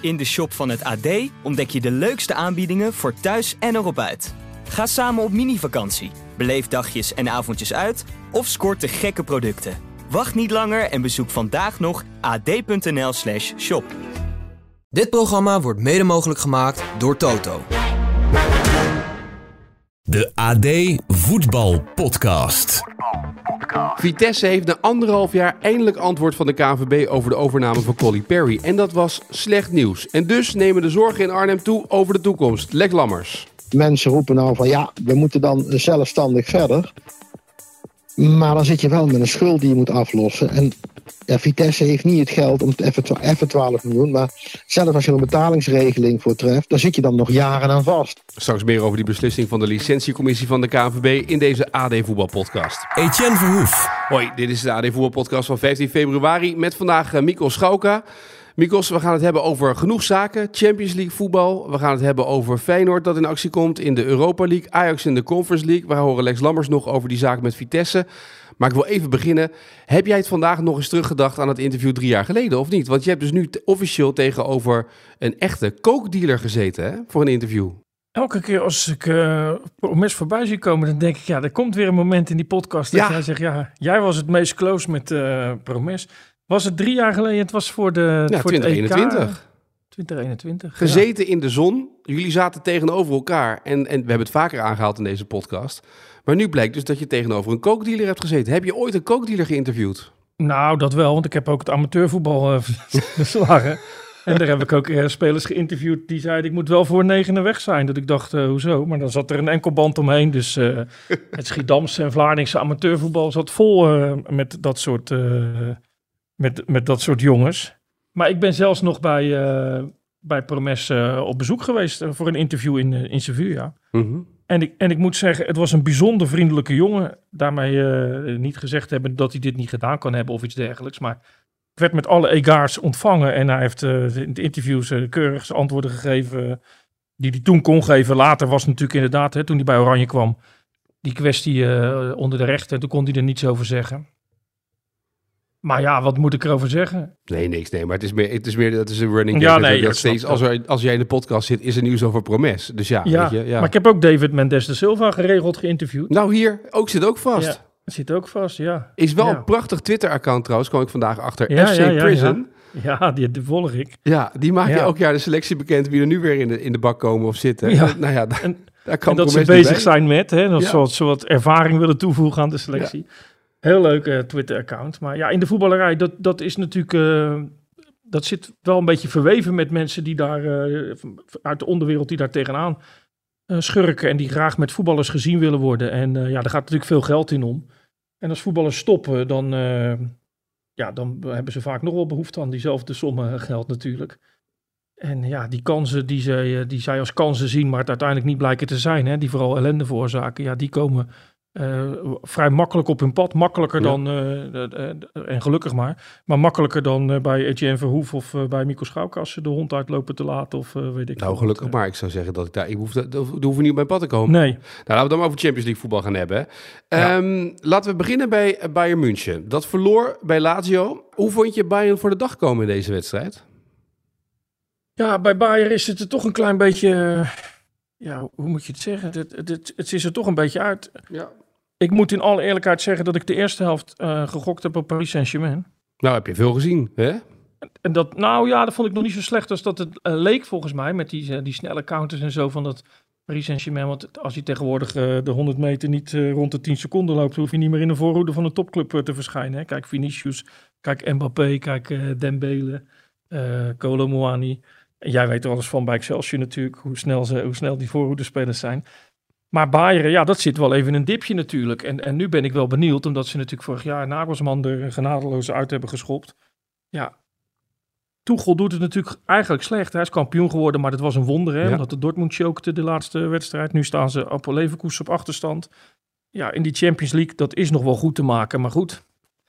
In de shop van het AD ontdek je de leukste aanbiedingen voor thuis en erop uit. Ga samen op mini-vakantie, beleef dagjes en avondjes uit of scoort de gekke producten. Wacht niet langer en bezoek vandaag nog ad.nl/shop. Dit programma wordt mede mogelijk gemaakt door Toto. De AD Voetbal Podcast. Vitesse heeft na 1,5 jaar eindelijk antwoord van de KNVB over de overname van Colly Perry. En dat was slecht nieuws. En dus nemen de zorgen in Arnhem toe over de toekomst. Lex Lammers. Mensen roepen nou van ja, we moeten dan zelfstandig verder. Maar dan zit je wel met een schuld die je moet aflossen. En ja, Vitesse heeft niet het geld om even 12 miljoen. Maar zelfs als je er een betalingsregeling voor treft, dan zit je dan nog jaren aan vast. Straks meer over die beslissing van de licentiecommissie van de KNVB in deze AD Voetbal Podcast. Etienne Verhoef. Hoi, dit is de AD Voetbal Podcast van 15 februari met vandaag Mikos Schauka. Mikos, we gaan het hebben over genoeg zaken. Champions League voetbal. We gaan het hebben over Feyenoord dat in actie komt in de Europa League. Ajax in de Conference League. We horen Lex Lammers nog over die zaak met Vitesse. Maar ik wil even beginnen. Heb jij het vandaag nog eens teruggedacht aan het interview 3 jaar geleden of niet? Want je hebt dus nu officieel tegenover een echte coke-dealer gezeten, hè, voor een interview. Elke keer als ik Promes voorbij zie komen, dan denk ik, ja, er komt weer een moment in die podcast dat jij zegt, ja, jij was het meest close met Promes. Was het 3 jaar geleden? Het was voor de voor 2021. Het EK, 2021. Gezeten in de zon. Jullie zaten tegenover elkaar. En we hebben het vaker aangehaald in deze podcast. Maar nu blijkt dus dat je tegenover een coke-dealer hebt gezeten. Heb je ooit een coke-dealer geïnterviewd? Nou, dat wel, want ik heb ook het amateurvoetbal verslagen. En daar heb ik ook spelers geïnterviewd die zeiden, ik moet wel voor 9 weg zijn. Dat ik dacht, hoezo? Maar dan zat er een enkelband omheen. Dus het Schiedamse en Vlaardingse amateurvoetbal zat vol met dat soort... Met dat soort jongens. Maar ik ben zelfs nog bij Promes op bezoek geweest voor een interview in Sevilla. Mm-hmm. En ik moet zeggen, het was een bijzonder vriendelijke jongen. Daarmee niet gezegd hebben dat hij dit niet gedaan kan hebben of iets dergelijks. Maar ik werd met alle egaars ontvangen. En hij heeft in de interviews keurig zijn antwoorden gegeven die hij toen kon geven. Later was natuurlijk inderdaad, toen hij bij Oranje kwam, die kwestie onder de rechter. Toen kon hij er niets over zeggen. Maar ja, wat moet ik erover zeggen? Nee, niks. Nee, maar het is meer dat is een running gag. Ja, nee, dat steeds, als jij in de podcast zit, is er nieuws over Promes. Dus ja, ja, weet je, ja. Maar ik heb ook David Mendes de Silva geregeld geïnterviewd. Nou, hier zit ook vast. Ja, zit ook vast, ja. Is wel een prachtig Twitter-account trouwens, kwam ik vandaag achter. Ja, FC Prison. Ja, die volg ik. Ja, die maakt je elk jaar de selectie bekend wie er nu weer in de bak komen of zitten. Ja. Nou ja, daar kan en dat Promes ze bezig zijn met, dat ze wat ervaring willen toevoegen aan de selectie. Ja. Heel leuk Twitter-account. Maar ja, in de voetballerij, dat is natuurlijk... dat zit wel een beetje verweven met mensen die daar... uit de onderwereld die daar tegenaan schurken. En die graag met voetballers gezien willen worden. En daar gaat natuurlijk veel geld in om. En als voetballers stoppen, dan hebben ze vaak nog wel behoefte aan diezelfde sommen geld natuurlijk. En ja, die kansen die zij als kansen zien, maar het uiteindelijk niet blijken te zijn, hè, die vooral ellende veroorzaken, ja, die komen... vrij makkelijk op hun pad. Makkelijker dan, en gelukkig maar makkelijker dan bij Etienne Verhoef of bij Mikos Schauka als ze de hond uitlopen te laten of weet ik. Nou, gelukkig maar. Ik zou zeggen dat ik hoef niet op mijn pad te komen. Nee. Nou, laten we dan over Champions League voetbal gaan hebben. Laten we beginnen bij Bayern München. Dat verloor bij Lazio. Hoe vond je Bayern voor de dag komen in deze wedstrijd? Ja, bij Bayern is het er toch een klein beetje... hoe moet je het zeggen? Het is er toch een beetje uit. Ja. Ik moet in alle eerlijkheid zeggen dat ik de eerste helft gegokt heb op Paris Saint-Germain. Nou, heb je veel gezien, hè? En dat vond ik nog niet zo slecht als dat het leek volgens mij. Met die snelle counters en zo van dat Paris Saint-Germain. Want als je tegenwoordig de 100 meter niet rond de 10 seconden loopt, hoef je niet meer in de voorhoede van een topclub te verschijnen. Hè? Kijk Vinicius, kijk Mbappé, kijk Dembele, Kolo Muani. Jij weet er alles van bij Excelsior natuurlijk, hoe snel die voorhoedespelers zijn. Maar Bayern, dat zit wel even in een dipje natuurlijk. En nu ben ik wel benieuwd, omdat ze natuurlijk vorig jaar Nagelsman er genadeloos uit hebben geschopt. Ja, Tuchel doet het natuurlijk eigenlijk slecht. Hij is kampioen geworden, maar dat was een wonder, hè? Omdat de Dortmund chokte de laatste wedstrijd. Nu staan ze op Leverkusen op achterstand. Ja, in die Champions League, dat is nog wel goed te maken, maar goed...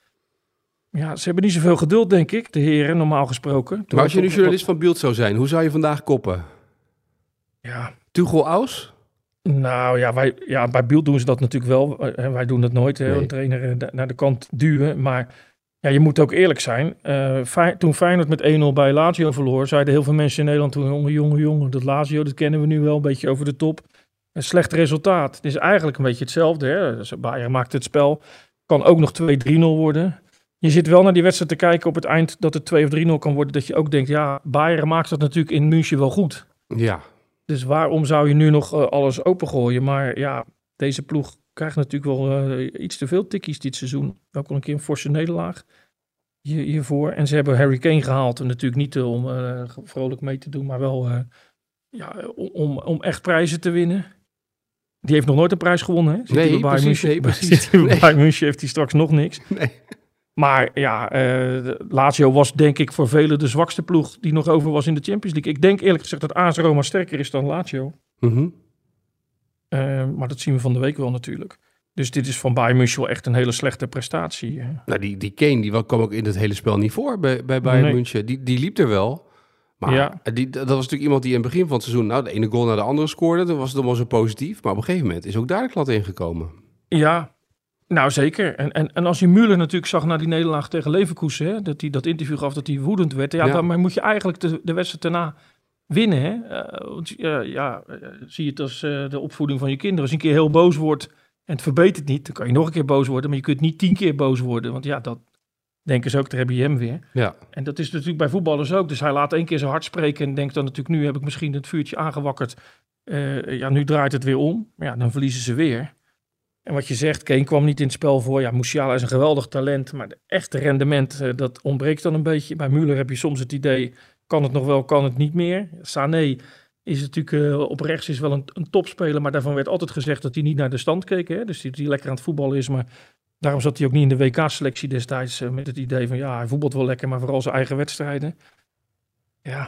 Ja, ze hebben niet zoveel geduld, denk ik, de heren, normaal gesproken. Maar als je nu journalist van Bild zou zijn, hoe zou je vandaag koppen? Ja. Tuchel aus? Nou ja, bij Bild doen ze dat natuurlijk wel. Wij doen dat nooit, een trainer naar de kant duwen. Maar Ja, je moet ook eerlijk zijn. Toen Feyenoord met 1-0 bij Lazio verloor, zeiden heel veel mensen in Nederland toen, jongen, dat Lazio, dat kennen we nu wel, een beetje over de top. Een slecht resultaat. Het is eigenlijk een beetje hetzelfde. Hè? Dus Bayern maakt het spel. Kan ook nog 2-3-0 worden. Je zit wel naar die wedstrijd te kijken op het eind dat het 2 of 3-0 kan worden. Dat je ook denkt, ja, Bayern maakt dat natuurlijk in München wel goed. Ja. Dus waarom zou je nu nog alles opengooien? Maar ja, deze ploeg krijgt natuurlijk wel iets te veel tikkies dit seizoen. Ook al een keer een forse nederlaag hiervoor. En ze hebben Harry Kane gehaald. En natuurlijk niet om vrolijk mee te doen, maar wel om echt prijzen te winnen. Die heeft nog nooit een prijs gewonnen. Hè? Nee, precies. Bij München heeft hij straks nog niks. Nee. Maar ja, Lazio was denk ik voor velen de zwakste ploeg die nog over was in de Champions League. Ik denk eerlijk gezegd dat AS Roma sterker is dan Lazio. Mm-hmm. Maar dat zien we van de week wel natuurlijk. Dus dit is van Bayern München wel echt een hele slechte prestatie. Nou, die Kane die kwam ook in het hele spel niet voor bij Bayern München. Die liep er wel. Maar dat was natuurlijk iemand die in het begin van het seizoen de ene goal naar de andere scoorde. Dan was het allemaal zo positief. Maar op een gegeven moment is ook daar de klad ingekomen. Ja, nou zeker. En als je Müller natuurlijk zag na die nederlaag tegen Leverkusen, hè, dat hij dat interview gaf dat hij woedend werd. Ja, daarmee moet je eigenlijk de wedstrijd daarna winnen. Hè? Zie je het als de opvoeding van je kinderen. Als je een keer heel boos wordt en het verbetert niet, dan kan je nog een keer boos worden. Maar je kunt niet 10 keer boos worden. Want ja, dat denken ze ook, daar heb je hem weer. Ja. En dat is natuurlijk bij voetballers ook. Dus hij laat 1 keer zo hard spreken en denkt dan natuurlijk, nu heb ik misschien het vuurtje aangewakkerd. Nu draait het weer om. Maar ja, dan verliezen ze weer. En wat je zegt, Kane kwam niet in het spel voor. Ja, Musiala is een geweldig talent, maar de echte rendement, dat ontbreekt dan een beetje. Bij Müller heb je soms het idee, kan het nog wel, kan het niet meer. Sané is natuurlijk op rechts is wel een topspeler, maar daarvan werd altijd gezegd dat hij niet naar de stand keek. Hè? Dus die lekker aan het voetballen is, maar daarom zat hij ook niet in de WK-selectie destijds met het idee van, ja, hij voetbalt wel lekker, maar vooral zijn eigen wedstrijden. Ja,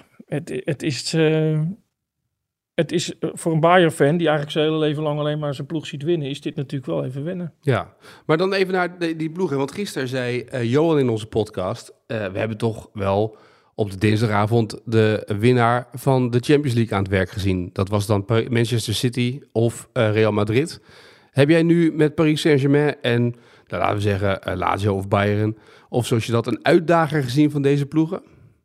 het is voor een Bayern-fan die eigenlijk zijn hele leven lang alleen maar zijn ploeg ziet winnen, is dit natuurlijk wel even wennen. Ja, maar dan even naar die ploegen. Want gisteren zei Johan in onze podcast, we hebben toch wel op de dinsdagavond de winnaar van de Champions League aan het werk gezien. Dat was dan Manchester City of Real Madrid. Heb jij nu met Paris Saint-Germain en, laten we zeggen, Lazio of Bayern, of zoals je dat, een uitdager gezien van deze ploegen?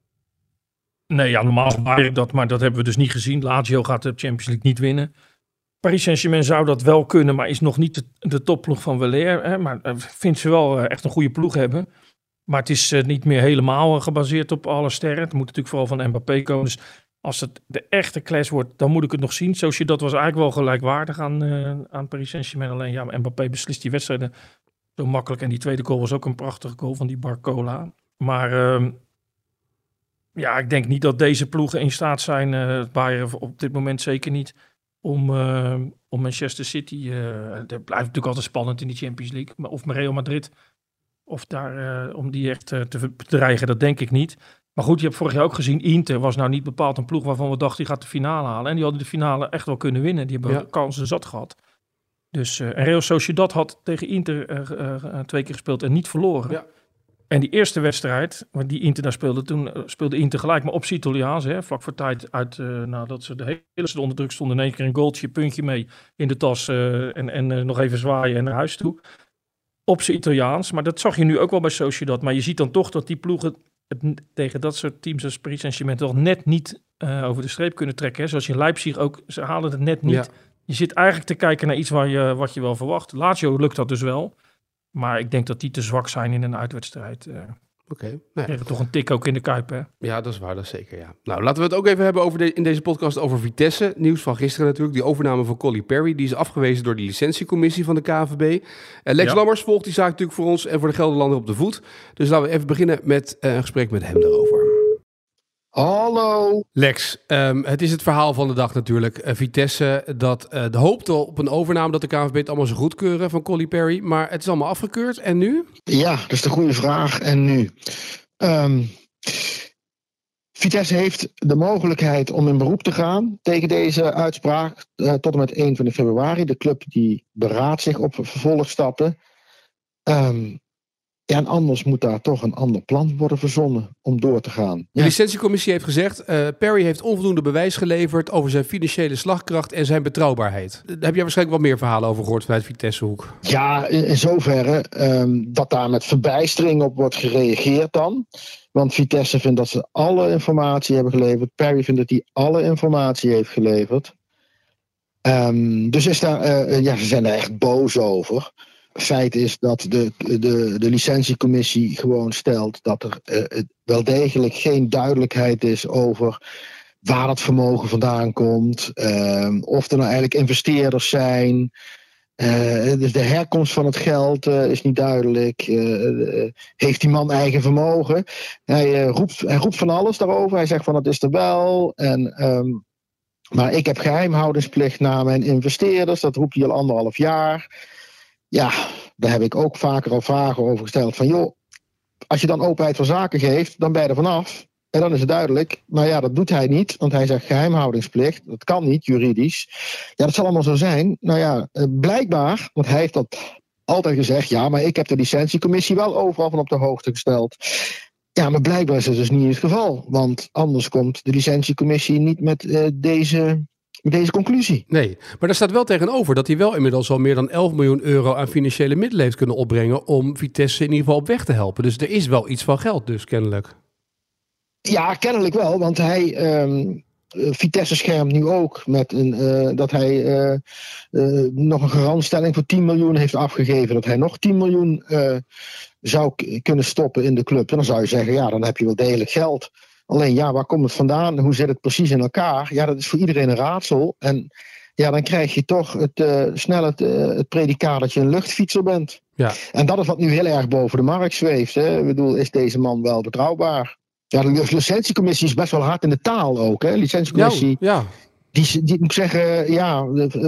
Nee, ja, normaal Bayern dat, maar dat hebben we dus niet gezien. Lazio gaat de Champions League niet winnen. Paris Saint-Germain zou dat wel kunnen, maar is nog niet de topploeg van weleer. Hè? Maar vindt ze wel echt een goede ploeg hebben. Maar het is niet meer helemaal gebaseerd op alle sterren. Het moet natuurlijk vooral van Mbappé komen. Dus als het de echte clash wordt, dan moet ik het nog zien. Zoals je dat was eigenlijk wel gelijkwaardig aan Paris Saint-Germain. Alleen ja, Mbappé beslist die wedstrijden zo makkelijk. En die tweede goal was ook een prachtige goal van die Barcola. Maar ja, ik denk niet dat deze ploegen in staat zijn, Bayern op dit moment zeker niet, om Manchester City, het blijft natuurlijk altijd spannend in die Champions League, of Real Madrid, of daar, om die echt te bedreigen, dat denk ik niet. Maar goed, je hebt vorig jaar ook gezien, Inter was nou niet bepaald een ploeg waarvan we dachten, die gaat de finale halen. En die hadden de finale echt wel kunnen winnen. Die hebben kansen zat gehad. Dus en Real Sociedad had tegen Inter 2 keer gespeeld en niet verloren. Ja. En die eerste wedstrijd, waar die Inter daar speelde, toen speelde Inter gelijk, maar op z'n Italiaans, vlak voor tijd uit, nadat ze de hele onder druk stonden, in 1 keer een goaltje, puntje mee in de tas en nog even zwaaien en naar huis toe. Op z'n Italiaans, maar dat zag je nu ook wel bij Sociedad. Maar je ziet dan toch dat die ploegen tegen dat soort teams als Paris Saint-Germain toch net niet over de streep kunnen trekken. Hè? Zoals in Leipzig ook, ze halen het net niet. Ja. Je zit eigenlijk te kijken naar iets wat je wel verwacht. Lazio lukt dat dus wel. Maar ik denk dat die te zwak zijn in een uitwedstrijd. Oké. Toch een tik ook in de Kuip, hè? Ja, dat is waar, dat is zeker, ja. Nou, laten we het ook even hebben in deze podcast over Vitesse. Nieuws van gisteren natuurlijk, die overname van Colly Perry. Die is afgewezen door de licentiecommissie van de KNVB. Lex Lammers volgt die zaak natuurlijk voor ons en voor de Gelderlander op de voet. Dus laten we even beginnen met een gesprek met hem daarover. Hallo. Lex, het is het verhaal van de dag natuurlijk. Vitesse dat hoopte op een overname, dat de KNVB het allemaal zo goedkeuren van Colly Perry. Maar het is allemaal afgekeurd. En nu? Ja, dat is de goede vraag. En nu? Vitesse heeft de mogelijkheid om in beroep te gaan tegen deze uitspraak tot en met 21 februari. De club die beraadt zich op vervolgstappen. Ja, en anders moet daar toch een ander plan worden verzonnen om door te gaan. De licentiecommissie heeft gezegd, Perry heeft onvoldoende bewijs geleverd over zijn financiële slagkracht en zijn betrouwbaarheid. Daar heb jij waarschijnlijk wel meer verhalen over gehoord vanuit Vitessehoek. Ja, in zoverre dat daar met verbijstering op wordt gereageerd dan. Want Vitesse vindt dat ze alle informatie hebben geleverd. Perry vindt dat hij alle informatie heeft geleverd. Dus is daar, ze zijn er echt boos over. Feit is dat de licentiecommissie gewoon stelt dat er wel degelijk geen duidelijkheid is over waar het vermogen vandaan komt. Of er nou eigenlijk investeerders zijn. Dus de herkomst van het geld is niet duidelijk. Heeft die man eigen vermogen? Hij roept van alles daarover. Hij zegt van het is er wel. Maar ik heb geheimhoudingsplicht naar mijn investeerders. Dat roept hij al 1,5 jaar. Ja, daar heb ik ook vaker al vragen over gesteld. Van joh, als je dan openheid van zaken geeft, dan ben je er vanaf. En dan is het duidelijk. Maar ja, dat doet hij niet. Want hij zegt geheimhoudingsplicht. Dat kan niet, juridisch. Ja, dat zal allemaal zo zijn. Nou ja, blijkbaar, want hij heeft dat altijd gezegd. Ja, maar ik heb de licentiecommissie wel overal van op de hoogte gesteld. Ja, maar blijkbaar is dat dus niet het geval. Want anders komt de licentiecommissie niet met deze conclusie. Nee, maar daar staat wel tegenover dat hij wel inmiddels al meer dan 11 miljoen euro aan financiële middelen heeft kunnen opbrengen om Vitesse in ieder geval op weg te helpen. Dus er is wel iets van geld dus, kennelijk. Ja, kennelijk wel, want Vitesse schermt nu ook met dat hij nog een garantstelling voor 10 miljoen heeft afgegeven. Dat hij nog 10 miljoen zou kunnen stoppen in de club. En dan zou je zeggen, ja, dan heb je wel degelijk geld. Alleen, ja, waar komt het vandaan? Hoe zit het precies in elkaar? Ja, dat is voor iedereen een raadsel. En ja, dan krijg je toch snel het predicaat dat je een luchtfietser bent. Ja. En dat is wat nu heel erg boven de markt zweeft. Hè? Ik bedoel, is deze man wel betrouwbaar? Ja, de licentiecommissie is best wel hard in de taal ook. Hè? Licentiecommissie, ja. Die moet ik zeggen, ja,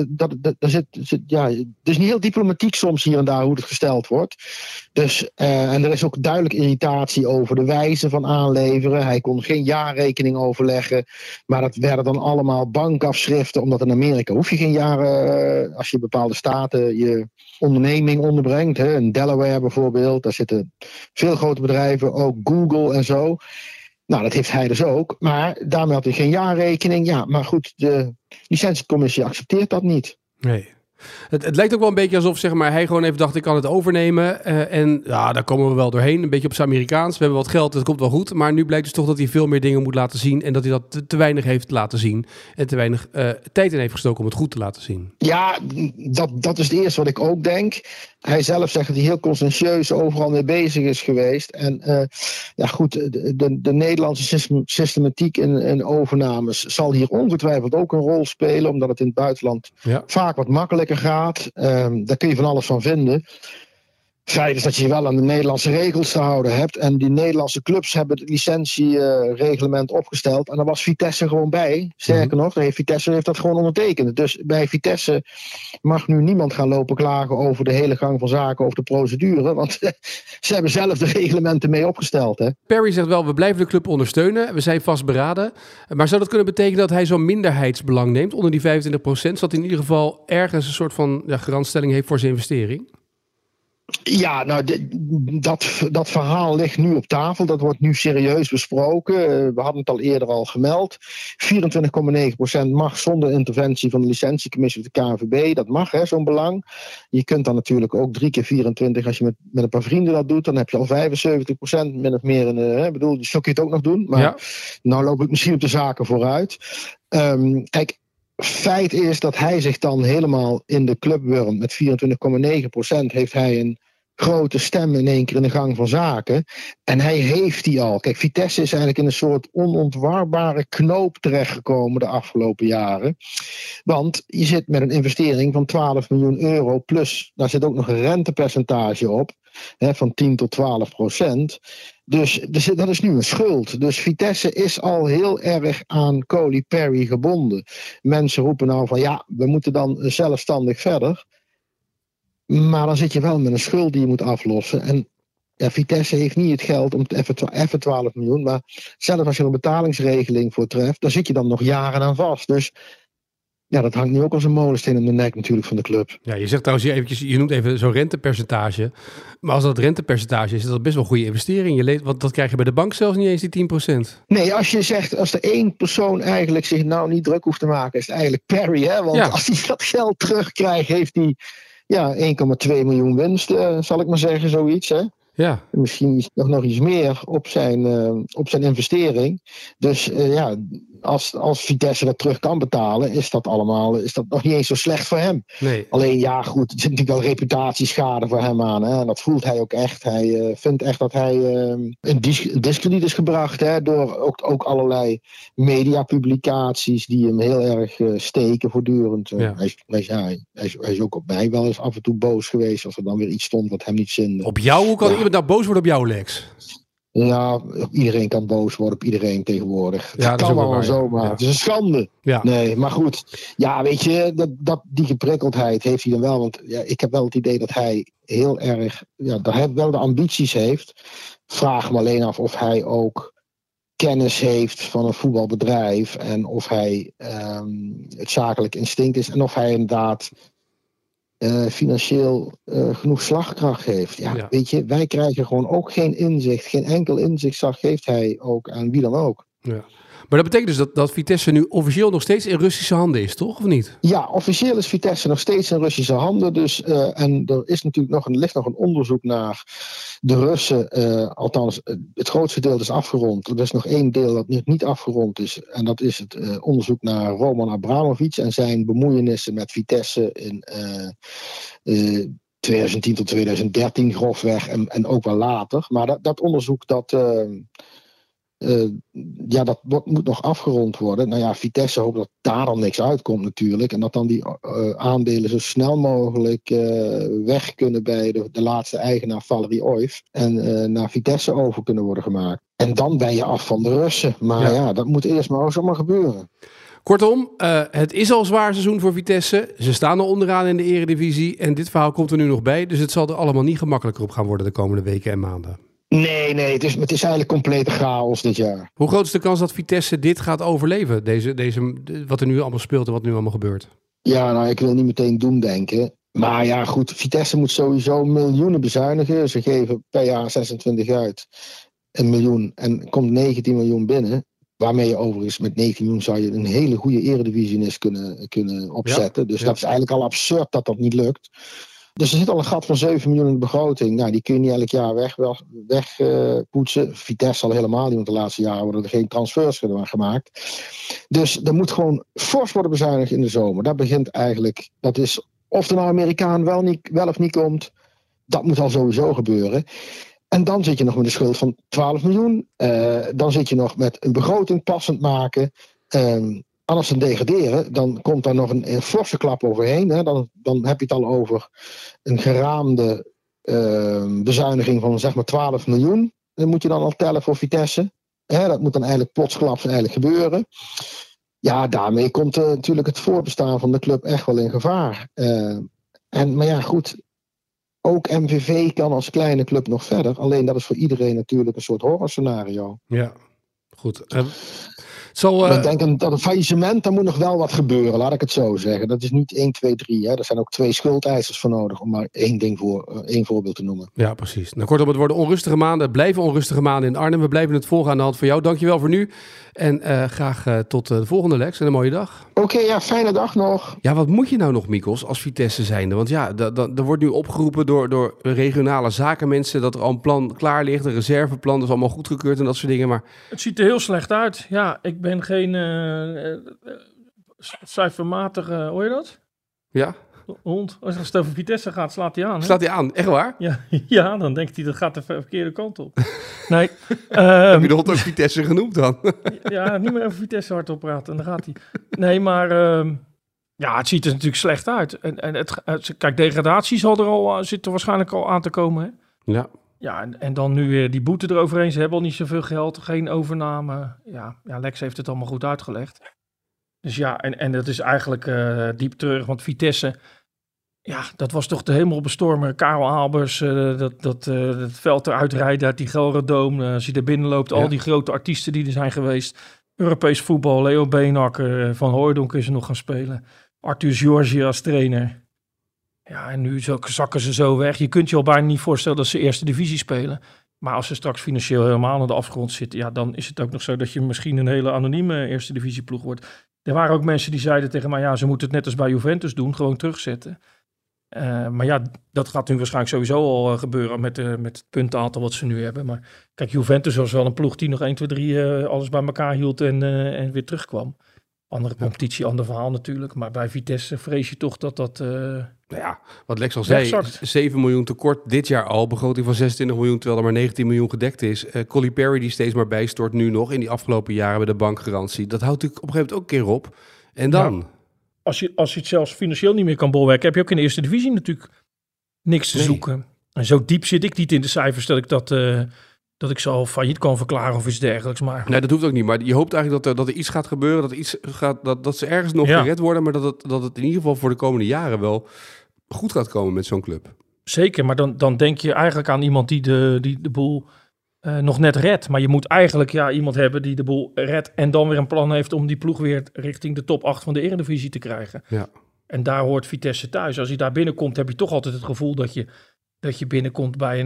het is niet heel diplomatiek soms hier en daar hoe het gesteld wordt. Dus, en er is ook duidelijk irritatie over de wijze van aanleveren. Hij kon geen jaarrekening overleggen, maar dat werden dan allemaal bankafschriften, omdat in Amerika hoef je geen jaren, als je bepaalde staten je onderneming onderbrengt. Hè? In Delaware bijvoorbeeld, daar zitten veel grote bedrijven, ook Google en zo. Nou, dat heeft hij dus ook. Maar daarmee had hij geen jaarrekening. Ja, maar goed, de licentiecommissie accepteert dat niet. Nee. Het lijkt ook wel een beetje alsof zeg maar, hij gewoon even dacht, ik kan het overnemen. En ja, daar komen we wel doorheen. Een beetje op zijn Amerikaans. We hebben wat geld, het komt wel goed. Maar nu blijkt dus toch dat hij veel meer dingen moet laten zien. En dat hij dat te weinig heeft laten zien. En te weinig tijd in heeft gestoken om het goed te laten zien. Ja, dat is het eerste wat ik ook denk. Hij zelf zegt dat hij heel conscientieus overal mee bezig is geweest. En ja goed, de Nederlandse systematiek in overnames zal hier ongetwijfeld ook een rol spelen. Omdat het in het buitenland vaak wat makkelijker gaat. Daar kun je van alles van vinden. Feit is dat je wel aan de Nederlandse regels te houden hebt. En die Nederlandse clubs hebben het licentiereglement opgesteld. En daar was Vitesse gewoon bij. Sterker nog, Vitesse heeft dat gewoon ondertekend. Dus bij Vitesse mag nu niemand gaan lopen klagen over de hele gang van zaken, over de procedure. Want ze hebben zelf de reglementen mee opgesteld. Hè. Perry zegt wel, we blijven de club ondersteunen. We zijn vastberaden. Maar zou dat kunnen betekenen dat hij zo'n minderheidsbelang neemt onder die 25%? Zodat hij in ieder geval ergens een soort van garantstelling heeft voor zijn investering? Ja, nou, dat verhaal ligt nu op tafel. Dat wordt nu serieus besproken. We hadden het al eerder gemeld. 24,9% mag zonder interventie van de licentiecommissie of de KNVB. Dat mag, hè, zo'n belang. Je kunt dan natuurlijk ook 3 keer 24, als je met een paar vrienden dat doet, dan heb je al 75% min of meer. Zo kun je het ook nog doen. Maar nou loop ik misschien op de zaken vooruit. Kijk, feit is dat hij zich dan helemaal in de club wurmt. Met 24,9% heeft hij een grote stem in één keer in de gang van zaken. En hij heeft die al. Kijk, Vitesse is eigenlijk in een soort onontwarbare knoop terechtgekomen de afgelopen jaren. Want je zit met een investering van 12 miljoen euro plus, daar zit ook nog een rentepercentage op. Van 10 tot 12%. Dus dat is nu een schuld. Dus Vitesse is al heel erg aan Coley Perry gebonden. Mensen roepen nou van ja, we moeten dan zelfstandig verder. Maar dan zit je wel met een schuld die je moet aflossen. En ja, Vitesse heeft niet het geld om even 12 miljoen. Maar zelfs als je er een betalingsregeling voor treft, dan zit je dan nog jaren aan vast. Dus ja, dat hangt nu ook als een molensteen om de nek natuurlijk van de club. Ja, je zegt trouwens, je noemt even zo'n rentepercentage. Maar als dat rentepercentage is dat best wel een goede investering. Want dat krijg je bij de bank zelfs niet eens die 10%. Nee, als je zegt, als er één persoon eigenlijk zich nou niet druk hoeft te maken, is het eigenlijk Perry. Hè? Want als hij dat geld terugkrijgt, heeft hij 1,2 miljoen winst, zal ik maar zeggen, zoiets. Hè? Ja. Misschien nog iets meer op zijn investering. Dus als Vitesse dat terug kan betalen, is dat nog niet eens zo slecht voor hem. Nee. Alleen goed, er zit natuurlijk wel reputatieschade voor hem aan. Hè? En dat voelt hij ook echt. Hij vindt echt dat hij in diskrediet is gebracht, hè? Door ook allerlei mediapublicaties die hem heel erg steken voortdurend. Ja. Hij is ook op mij wel eens af en toe boos geweest als er dan weer iets stond wat hem niet zinde. Op jou? Hoe kan iemand nou boos worden op jou, Lex? Ja, iedereen kan boos worden op iedereen tegenwoordig. Ja, dat kan wel zomaar. Ja. Het is een schande. Ja. Nee, maar goed. Ja, weet je, die geprikkeldheid heeft hij dan wel. Want ik heb wel het idee dat hij heel erg, dat hij wel de ambities heeft. Vraag me alleen af of hij ook kennis heeft van een voetbalbedrijf. En of hij het zakelijk instinct is. En of hij inderdaad financieel genoeg slagkracht heeft. Ja, weet je, wij krijgen gewoon ook geen inzicht. Geen enkel inzicht geeft hij ook aan wie dan ook. Ja. Maar dat betekent dus dat Vitesse nu officieel nog steeds in Russische handen is, toch? Of niet? Ja, officieel is Vitesse nog steeds in Russische handen. Dus, en er is natuurlijk ligt nog een onderzoek naar de Russen. Althans, het grootste deel is afgerond. Er is nog één deel dat niet afgerond is. En dat is het onderzoek naar Roman Abramovic en zijn bemoeienissen met Vitesse in 2010 tot 2013 grofweg. En ook wel later. Maar dat onderzoek dat moet nog afgerond worden. Nou ja, Vitesse hoopt dat daar dan niks uitkomt natuurlijk. En dat dan die aandelen zo snel mogelijk weg kunnen bij de laatste eigenaar Valerie Oif. En naar Vitesse over kunnen worden gemaakt. En dan ben je af van de Russen. Maar dat moet eerst maar zomaar gebeuren. Kortom, het is al een zwaar seizoen voor Vitesse. Ze staan er onderaan in de Eredivisie. En dit verhaal komt er nu nog bij. Dus het zal er allemaal niet gemakkelijker op gaan worden de komende weken en maanden. Nee, het is eigenlijk complete chaos dit jaar. Hoe groot is de kans dat Vitesse dit gaat overleven? Deze, wat er nu allemaal speelt en wat nu allemaal gebeurt? Ja, nou, ik wil niet meteen doemdenken. Maar ja, goed, Vitesse moet sowieso miljoenen bezuinigen. Ze geven per jaar 26 uit. 1 miljoen en komt 19 miljoen binnen. Waarmee je overigens met 19 miljoen zou je een hele goede eredivisionist kunnen opzetten. Ja, dus dat is eigenlijk al absurd dat dat niet lukt. Dus er zit al een gat van 7 miljoen in de begroting. Nou, die kun je niet elk jaar wegpoetsen. Vitesse zal helemaal niet, want de laatste jaren worden er geen transfers gemaakt. Dus er moet gewoon fors worden bezuinigd in de zomer. Dat begint eigenlijk, dat is of er nou Amerikaan wel of niet komt, dat moet al sowieso gebeuren. En dan zit je nog met een schuld van 12 miljoen. Dan zit je nog met een begroting passend maken. Anders dan degraderen, dan komt daar nog een forse klap overheen. Hè. Dan heb je het al over een geraamde bezuiniging van zeg maar 12 miljoen. Dat moet je dan al tellen voor Vitesse. Dat moet dan eigenlijk plotsklaps eigenlijk gebeuren. Ja, daarmee komt natuurlijk het voorbestaan van de club echt wel in gevaar. Maar ja, goed. Ook MVV kan als kleine club nog verder. Alleen dat is voor iedereen natuurlijk een soort horrorscenario. Ja, goed. Ik denk dat een faillissement, daar moet nog wel wat gebeuren, laat ik het zo zeggen. Dat is niet 1, 2, 3. Hè. Er zijn ook 2 schuldeisers voor nodig, om maar één voorbeeld te noemen. Ja, precies. Nou, kortom, het worden onrustige maanden. Het blijven onrustige maanden in Arnhem. We blijven het volgen aan de hand van jou. Dankjewel voor nu. En graag tot de volgende, Lex. En een mooie dag. Oké, fijne dag nog. Ja, wat moet je nou nog, Mikos, als Vitesse zijnde? Want ja, er wordt nu opgeroepen door regionale zakenmensen dat er al een plan klaar ligt. Een reserveplan, dat is allemaal goedgekeurd en dat soort dingen. Maar het ziet er heel slecht uit. Ja, ik ben geen cijfermatige, hoor je dat? Ja. Hond, als het over Vitesse gaat, slaat hij aan. Hè? Slaat hij aan, echt waar? Ja, dan denkt hij dat gaat de verkeerde kant op. Nee. Heb je de hond ook Vitesse genoemd dan? Ja, niet meer over Vitesse hardop praten en dan gaat hij. Nee, maar het ziet er natuurlijk slecht uit. Kijk, degradatie zit er waarschijnlijk al aan te komen. Hè? Ja. Ja, en dan nu weer die boete eroverheen. Ze hebben al niet zoveel geld, geen overname. Ja, Lex heeft het allemaal goed uitgelegd. Dus ja, en dat is eigenlijk diep treurig, want Vitesse, dat was toch de hemel bestormen. Karel Albers, dat veld eruit rijden uit die Gelredome. Als je er binnen loopt, al die grote artiesten die er zijn geweest. Europees voetbal, Leo Beenhakker, Van Hooijdonk is er nog gaan spelen. Arthur Georgi als trainer. Ja, en nu zakken ze zo weg. Je kunt je al bijna niet voorstellen dat ze eerste divisie spelen. Maar als ze straks financieel helemaal aan de afgrond zitten, ja, dan is het ook nog zo dat je misschien een hele anonieme eerste divisieploeg wordt. Er waren ook mensen die zeiden tegen mij, ja, ze moeten het net als bij Juventus doen, gewoon terugzetten. Maar ja, dat gaat nu waarschijnlijk sowieso al gebeuren met het puntenaantal wat ze nu hebben. Maar kijk, Juventus was wel een ploeg die nog 1, 2, 3 alles bij elkaar hield en weer terugkwam. Andere competitie, ander verhaal natuurlijk. Maar bij Vitesse vrees je toch dat... Nou ja, wat Lex al zei, 7 miljoen tekort dit jaar al. Begroting van 26 miljoen, terwijl er maar 19 miljoen gedekt is. Colly Perry die steeds maar bijstort nu nog in die afgelopen jaren bij de bankgarantie. Dat houdt natuurlijk op een gegeven moment ook een keer op. En dan... Ja. Als je het zelfs financieel niet meer kan bolwerken, heb je ook in de eerste divisie natuurlijk niks te zoeken. En zo diep zit ik niet in de cijfers dat ik zo failliet kan verklaren of iets dergelijks. Maar... Nee, dat hoeft ook niet. Maar je hoopt eigenlijk dat er iets gaat gebeuren, dat ze ergens nog gered worden, maar dat het in ieder geval voor de komende jaren wel goed gaat komen met zo'n club. Zeker, maar dan denk je eigenlijk aan iemand die de boel nog net redt. Maar je moet eigenlijk iemand hebben die de boel redt en dan weer een plan heeft om die ploeg weer richting de top 8 van de Eredivisie te krijgen. Ja. En daar hoort Vitesse thuis. Als je daar binnenkomt, heb je toch altijd het gevoel dat je binnenkomt bij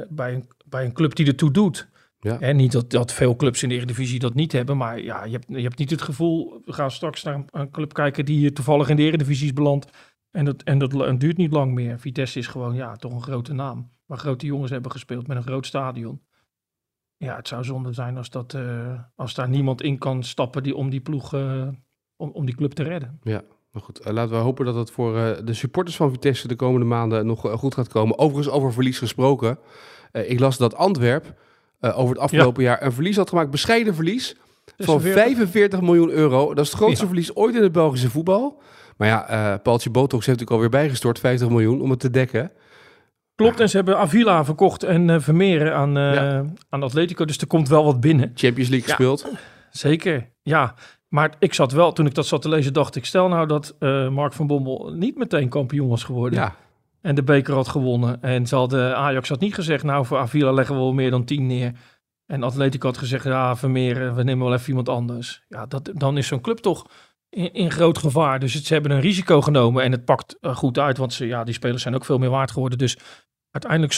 een club die ertoe doet. Ja. En niet dat veel clubs in de Eredivisie dat niet hebben, maar ja, je hebt niet het gevoel, we gaan straks naar een club kijken die toevallig in de Eredivisie is beland en dat duurt niet lang meer. Vitesse is gewoon toch een grote naam, waar grote jongens hebben gespeeld met een groot stadion. Ja, het zou zonde zijn als daar niemand in kan stappen om die ploeg, om die club te redden. Ja. Maar goed, laten we hopen dat het voor de supporters van Vitesse de komende maanden nog goed gaat komen. Overigens, over verlies gesproken. Ik las dat Antwerp over het afgelopen jaar een verlies had gemaakt. Bescheiden verlies van 45 miljoen euro. Dat is het grootste verlies ooit in het Belgische voetbal. Maar ja, Paaltje Botox heeft natuurlijk alweer bijgestort 50 miljoen om het te dekken. Klopt, en ze hebben Avila verkocht en Vermeeren aan Atletico. Dus er komt wel wat binnen. Champions League gespeeld. Zeker, ja. Maar ik zat wel, toen ik dat zat te lezen, dacht ik, stel nou dat Mark van Bommel niet meteen kampioen was geworden. Ja. En de beker had gewonnen. En Ajax had niet gezegd, nou voor Avila leggen we wel meer dan 10 neer. En Atletico had gezegd, Vermeer, we nemen wel even iemand anders. Ja, dan is zo'n club toch in groot gevaar. Dus ze hebben een risico genomen en het pakt goed uit. Want die spelers zijn ook veel meer waard geworden. Dus uiteindelijk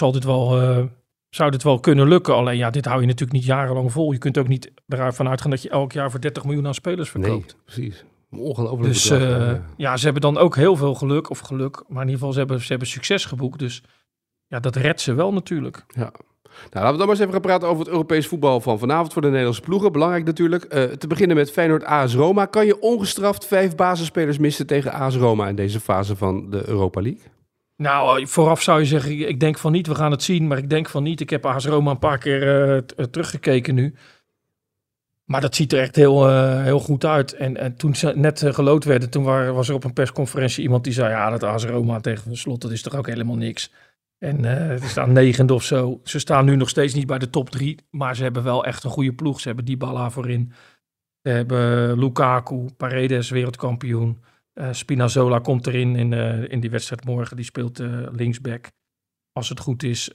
zou dit wel kunnen lukken. Alleen dit hou je natuurlijk niet jarenlang vol. Je kunt ook niet ervan uitgaan dat je elk jaar voor 30 miljoen aan spelers verkoopt. Nee, precies. Ongelooflijk. Dus ze hebben dan ook heel veel geluk. Maar in ieder geval, ze hebben succes geboekt. Dus dat redt ze wel natuurlijk. Ja. Nou, laten we dan maar eens even gaan praten over het Europees voetbal van vanavond voor de Nederlandse ploegen. Belangrijk natuurlijk. Te beginnen met Feyenoord AS Roma. Kan je ongestraft 5 basisspelers missen tegen AS Roma in deze fase van de Europa League? Nou, vooraf zou je zeggen, ik denk van niet, we gaan het zien, maar ik denk van niet. Ik heb AS Roma een paar keer teruggekeken nu. Maar dat ziet er echt heel goed uit. En toen ze net geloot werden, toen was er op een persconferentie iemand die zei, dat AS Roma tegen Slot, dat is toch ook helemaal niks. En ze staan 9e of zo. Ze staan nu nog steeds niet bij de top 3, maar ze hebben wel echt een goede ploeg. Ze hebben Dybala voorin. Ze hebben Lukaku, Paredes, wereldkampioen. Spinazzola komt erin in die wedstrijd morgen. Die speelt linksback. Als het goed is.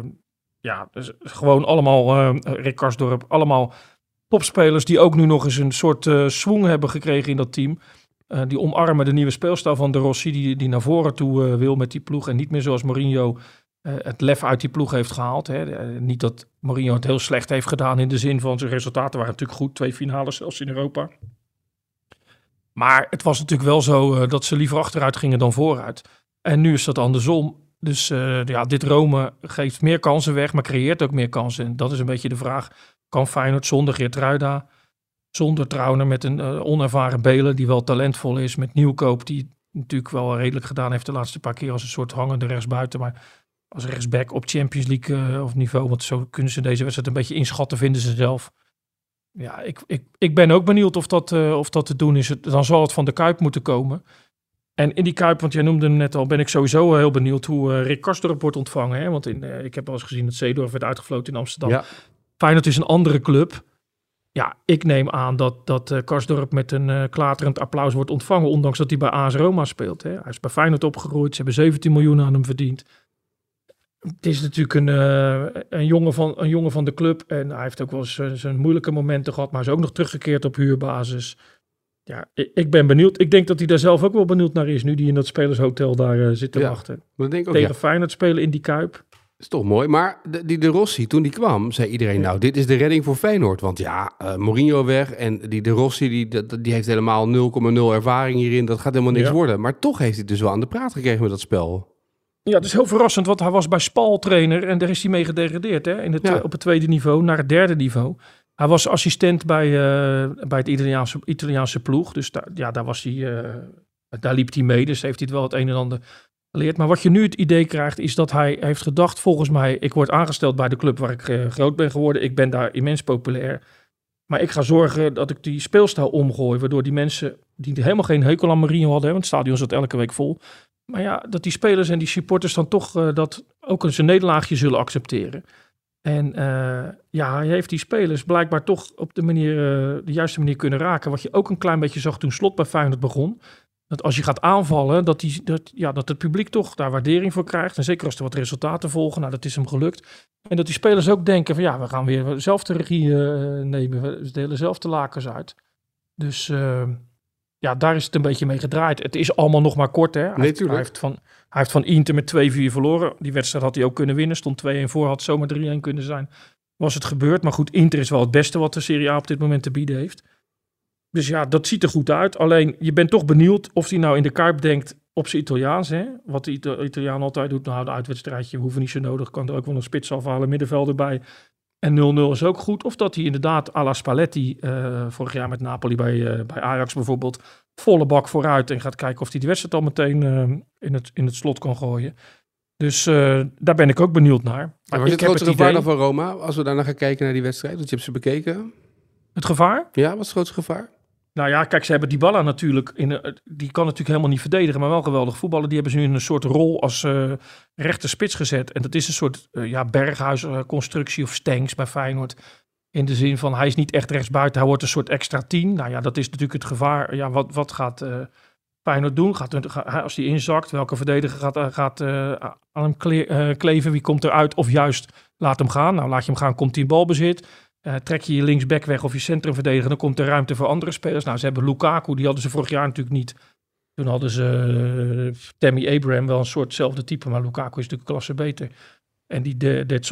Dus gewoon allemaal Rick Karsdorp. Allemaal topspelers die ook nu nog eens een soort swoon hebben gekregen in dat team. Die omarmen de nieuwe speelstijl van De Rossi. Die naar voren toe wil met die ploeg. En niet meer zoals Mourinho het lef uit die ploeg heeft gehaald. Hè. Niet dat Mourinho het heel slecht heeft gedaan in de zin van zijn resultaten waren natuurlijk goed. 2 finales zelfs in Europa. Maar het was natuurlijk wel zo dat ze liever achteruit gingen dan vooruit. En nu is dat andersom. Dus dit Rome geeft meer kansen weg, maar creëert ook meer kansen. En dat is een beetje de vraag. Kan Feyenoord zonder Geertruida, zonder Trauner met een onervaren Belen die wel talentvol is, met Nieuwkoop die natuurlijk wel redelijk gedaan heeft de laatste paar keer als een soort hangende rechtsbuiten, maar als rechtsback op Champions League of niveau, want zo kunnen ze deze wedstrijd een beetje inschatten, vinden ze zelf. Ja, ik ben ook benieuwd of dat te doen is. Dan zal het van de Kuip moeten komen. En in die Kuip, want jij noemde hem net al, ben ik sowieso heel benieuwd hoe Rick Karsdorp wordt ontvangen. Hè? Want ik heb al eens gezien dat Seedorf werd uitgefloten in Amsterdam. Ja. Feyenoord is een andere club. Ja, ik neem aan dat Karsdorp met een klaterend applaus wordt ontvangen, ondanks dat hij bij AS Roma speelt. Hè? Hij is bij Feyenoord opgegroeid. Ze hebben 17 miljoen aan hem verdiend. Het is natuurlijk een jongen van de club. En hij heeft ook wel eens zijn moeilijke momenten gehad. Maar is ook nog teruggekeerd op huurbasis. Ja, ik ben benieuwd. Ik denk dat hij daar zelf ook wel benieuwd naar is. Nu die in dat spelershotel daar zit te wachten. Dat denk ik ook, tegen Feyenoord spelen in die Kuip. Dat is toch mooi. Maar die De Rossi, toen die kwam, zei iedereen... nou, dit is de redding voor Feyenoord. Want Mourinho weg en die De Rossi... die heeft helemaal 0,0 ervaring hierin. Dat gaat helemaal niks worden. Maar toch heeft hij dus wel aan de praat gekregen met dat spel. Ja, het is heel verrassend, want hij was bij Spal trainer en daar is hij mee gedegradeerd op het tweede niveau naar het derde niveau. Hij was assistent bij het Italiaanse ploeg, dus daar was hij, daar liep hij mee, dus heeft hij het wel het een en ander geleerd. Maar wat je nu het idee krijgt, is dat hij heeft gedacht, volgens mij, ik word aangesteld bij de club waar ik groot ben geworden, ik ben daar immens populair. Maar ik ga zorgen dat ik die speelstijl omgooi, waardoor die mensen die helemaal geen hekel aan Mourinho hadden, want het stadion zat elke week vol... Maar ja, dat die spelers en die supporters dan toch dat ook eens een nederlaagje zullen accepteren. En hij heeft die spelers blijkbaar toch op de juiste manier kunnen raken. Wat je ook een klein beetje zag toen Slot bij Feyenoord begon. Dat als je gaat aanvallen, dat het publiek toch daar waardering voor krijgt. En zeker als er wat resultaten volgen, nou dat is hem gelukt. En dat die spelers ook denken van we gaan weer zelf de regie nemen. We delen zelf de lakens uit. Dus... daar is het een beetje mee gedraaid. Het is allemaal nog maar kort, hè. Hij heeft van Inter met 2-4 verloren. Die wedstrijd had hij ook kunnen winnen. Stond 2-1 voor, had zomaar 3-1 kunnen zijn. Was het gebeurd. Maar goed, Inter is wel het beste wat de Serie A op dit moment te bieden heeft. Dus ja, dat ziet er goed uit. Alleen, je bent toch benieuwd of hij nou in de Kuip denkt op zijn Italiaans, hè. Wat de Italiaan altijd doet. Nou, de uitwedstrijdje, we hoeven niet zo nodig. Kan er ook wel een spits afhalen, middenveld erbij. En 0-0 is ook goed. Of dat hij inderdaad à la Spalletti vorig jaar met Napoli bij Ajax bijvoorbeeld volle bak vooruit en gaat kijken of hij die wedstrijd al meteen in het slot kan gooien. Dus daar ben ik ook benieuwd naar. Maar was het grootste gevaar dan van Roma, als we daarna gaan kijken naar die wedstrijd? Want je hebt ze bekeken. Het gevaar? Ja, wat is het grootste gevaar? Nou ja, kijk, ze hebben Dybala natuurlijk, die kan natuurlijk helemaal niet verdedigen, maar wel geweldig voetballen. Die hebben ze nu in een soort rol als rechter spits gezet. En dat is een soort berghuisconstructie of Stengs bij Feyenoord. In de zin van, hij is niet echt rechtsbuiten, hij wordt een soort extra 10. Nou ja, dat is natuurlijk het gevaar. Ja, wat gaat Feyenoord doen? Als hij inzakt, welke verdediger gaat aan hem kleven? Wie komt eruit? Of juist, laat hem gaan. Nou, laat je hem gaan, komt hij in balbezit. Trek je linksback weg of je centrumverdediger, dan komt er ruimte voor andere spelers. Nou, ze hebben Lukaku, die hadden ze vorig jaar natuurlijk niet. Toen hadden ze Tammy Abraham, wel een soortzelfde type, maar Lukaku is natuurlijk een klasse beter. En die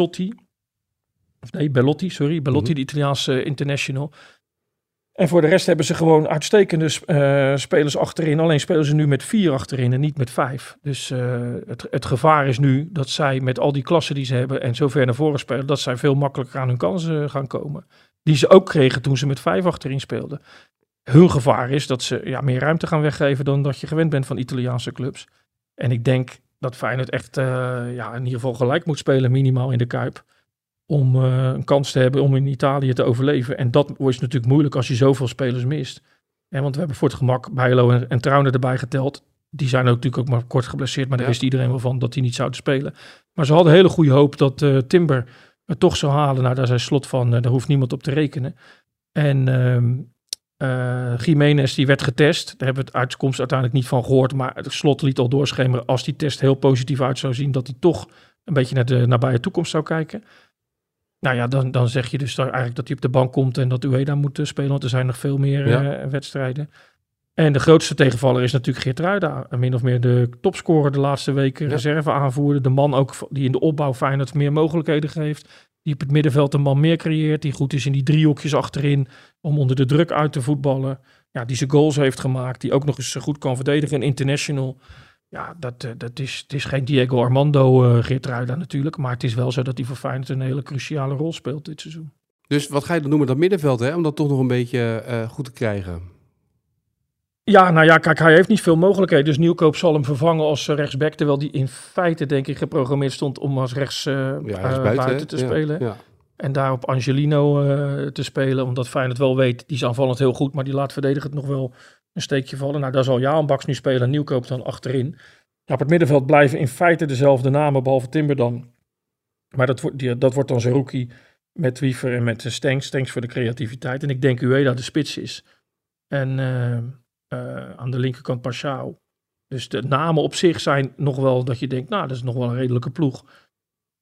Belotti, de Italiaanse international. En voor de rest hebben ze gewoon uitstekende spelers achterin. Alleen spelen ze nu met 4 achterin en niet met 5. Dus het gevaar is nu dat zij met al die klassen die ze hebben en zo ver naar voren spelen, dat zij veel makkelijker aan hun kansen gaan komen. Die ze ook kregen toen ze met 5 achterin speelden. Hun gevaar is dat ze meer ruimte gaan weggeven dan dat je gewend bent van Italiaanse clubs. En ik denk dat Feyenoord echt in ieder geval gelijk moet spelen, minimaal in de Kuip. Om een kans te hebben om in Italië te overleven. En dat is natuurlijk moeilijk als je zoveel spelers mist. Want we hebben voor het gemak Bijlo en Trauner erbij geteld. Die zijn ook natuurlijk ook maar kort geblesseerd. Maar daar wist iedereen wel van dat die niet zouden spelen. Maar ze hadden hele goede hoop dat Timber het toch zou halen. Nou, daar zei Slot van, daar hoeft niemand op te rekenen. En Jiménez die werd getest. Daar hebben we het uitkomst uiteindelijk niet van gehoord. Maar het Slot liet al doorschemeren, als die test heel positief uit zou zien, dat hij toch een beetje naar de nabije toekomst zou kijken. Nou ja, dan zeg je dus eigenlijk dat hij op de bank komt en dat Ueda moet spelen, want er zijn nog veel meer wedstrijden. En de grootste tegenvaller is natuurlijk Geertruida, min of meer de topscorer de laatste weken, reserve aanvoerder, de man ook die in de opbouw Feyenoord meer mogelijkheden geeft, die op het middenveld een man meer creëert, die goed is in die driehoekjes achterin om onder de druk uit te voetballen, die zijn goals heeft gemaakt, die ook nog eens goed kan verdedigen, een international. Ja, het is geen Diego Armando Geertruida natuurlijk. Maar het is wel zo dat hij voor Feyenoord een hele cruciale rol speelt dit seizoen. Dus wat ga je dan doen met dat middenveld, hè? Om dat toch nog een beetje goed te krijgen? Ja, nou ja, kijk, hij heeft niet veel mogelijkheden. Dus Nieuwkoop zal hem vervangen als rechtsback. Terwijl die in feite, denk ik, geprogrammeerd stond om als buiten te spelen. Ja. En daarop Angelino te spelen. Omdat Feyenoord wel weet, die is aanvallend heel goed. Maar die laat verdedigen het nog wel een steekje vallen. Nou, daar zal Jaanbaks nu spelen. Nieuwkoop dan achterin. Ja, op het middenveld blijven in feite dezelfde namen, behalve Timber dan. Maar dat wordt dan Zerouki met Wiever en met Stengs. Stengs voor de creativiteit. En ik denk Ueda de spits is. En aan de linkerkant Paschal. Dus de namen op zich zijn nog wel dat je denkt, nou, dat is nog wel een redelijke ploeg.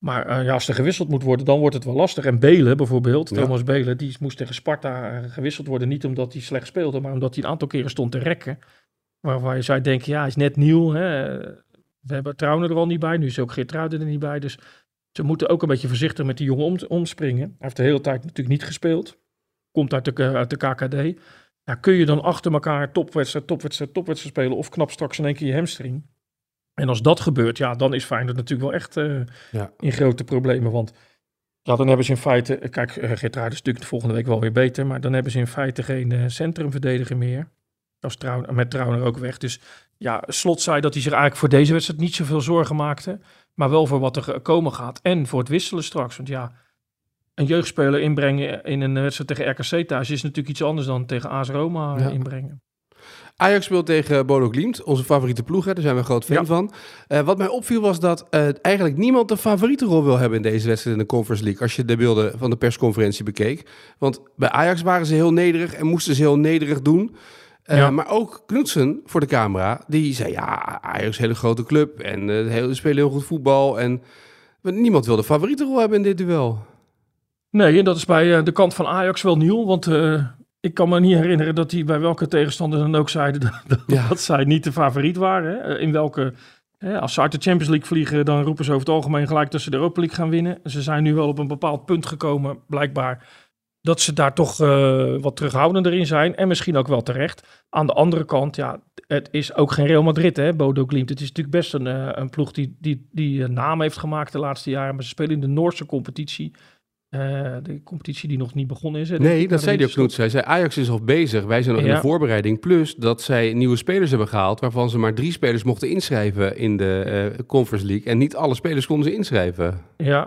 Maar als er gewisseld moet worden, dan wordt het wel lastig. En Belen bijvoorbeeld, Ja. Thomas Belen, die moest tegen Sparta gewisseld worden. Niet omdat hij slecht speelde, maar omdat hij een aantal keren stond te rekken. Waar je zou denken, ja, hij is net nieuw. Hè? We hebben Trauner er al niet bij, nu is ook Geertruiden er niet bij. Dus ze moeten ook een beetje voorzichtig met die jongen omspringen. Hij heeft de hele tijd natuurlijk niet gespeeld. Komt uit de KKD. Ja, kun je dan achter elkaar topwedstrijd spelen of knap straks in één keer je hamstring? En als dat gebeurt, ja, dan is Feyenoord natuurlijk wel echt in grote problemen. Want ja, dan hebben ze in feite... Kijk, Geertruiden is natuurlijk de volgende week wel weer beter. Maar dan hebben ze in feite geen centrumverdediger meer. Met Trauner ook weg. Dus ja, Slot zei dat hij zich eigenlijk voor deze wedstrijd niet zoveel zorgen maakte. Maar wel voor wat er komen gaat. En voor het wisselen straks. Want ja, een jeugdspeler inbrengen in een wedstrijd tegen RKC thuis is natuurlijk iets anders dan tegen AS Roma inbrengen. Ajax speelt tegen Bodo Glimt, onze favoriete ploeg. Hè? Daar zijn we een groot fan van. Wat mij opviel was dat eigenlijk niemand de favoriete rol wil hebben in deze wedstrijd in de Conference League. Als je de beelden van de persconferentie bekeek. Want bij Ajax waren ze heel nederig en moesten ze heel nederig doen. Maar ook Knudsen voor de camera, die zei ja, Ajax is een hele grote club en spelen heel goed voetbal. En niemand wil de favoriete rol hebben in dit duel. Nee, en dat is bij de kant van Ajax wel nieuw, want ik kan me niet herinneren dat die bij welke tegenstander dan ook zeiden dat zij niet de favoriet waren. Hè. In welke, als ze uit de Champions League vliegen, dan roepen ze over het algemeen gelijk dat ze de Europa League gaan winnen. Ze zijn nu wel op een bepaald punt gekomen, blijkbaar, dat ze daar toch wat terughoudender in zijn. En misschien ook wel terecht. Aan de andere kant, ja, het is ook geen Real Madrid, hè, Bodo Glimt. Het is natuurlijk best een ploeg die naam heeft gemaakt de laatste jaren. Maar ze spelen in de Noorse competitie. De competitie die nog niet begonnen is. Hè, nee, dat zei hij ook Knudsen. Hij zei Ajax is al bezig. Wij zijn nog in de voorbereiding. Plus dat zij nieuwe spelers hebben gehaald, waarvan ze maar 3 spelers mochten inschrijven in de Conference League. En niet alle spelers konden ze inschrijven.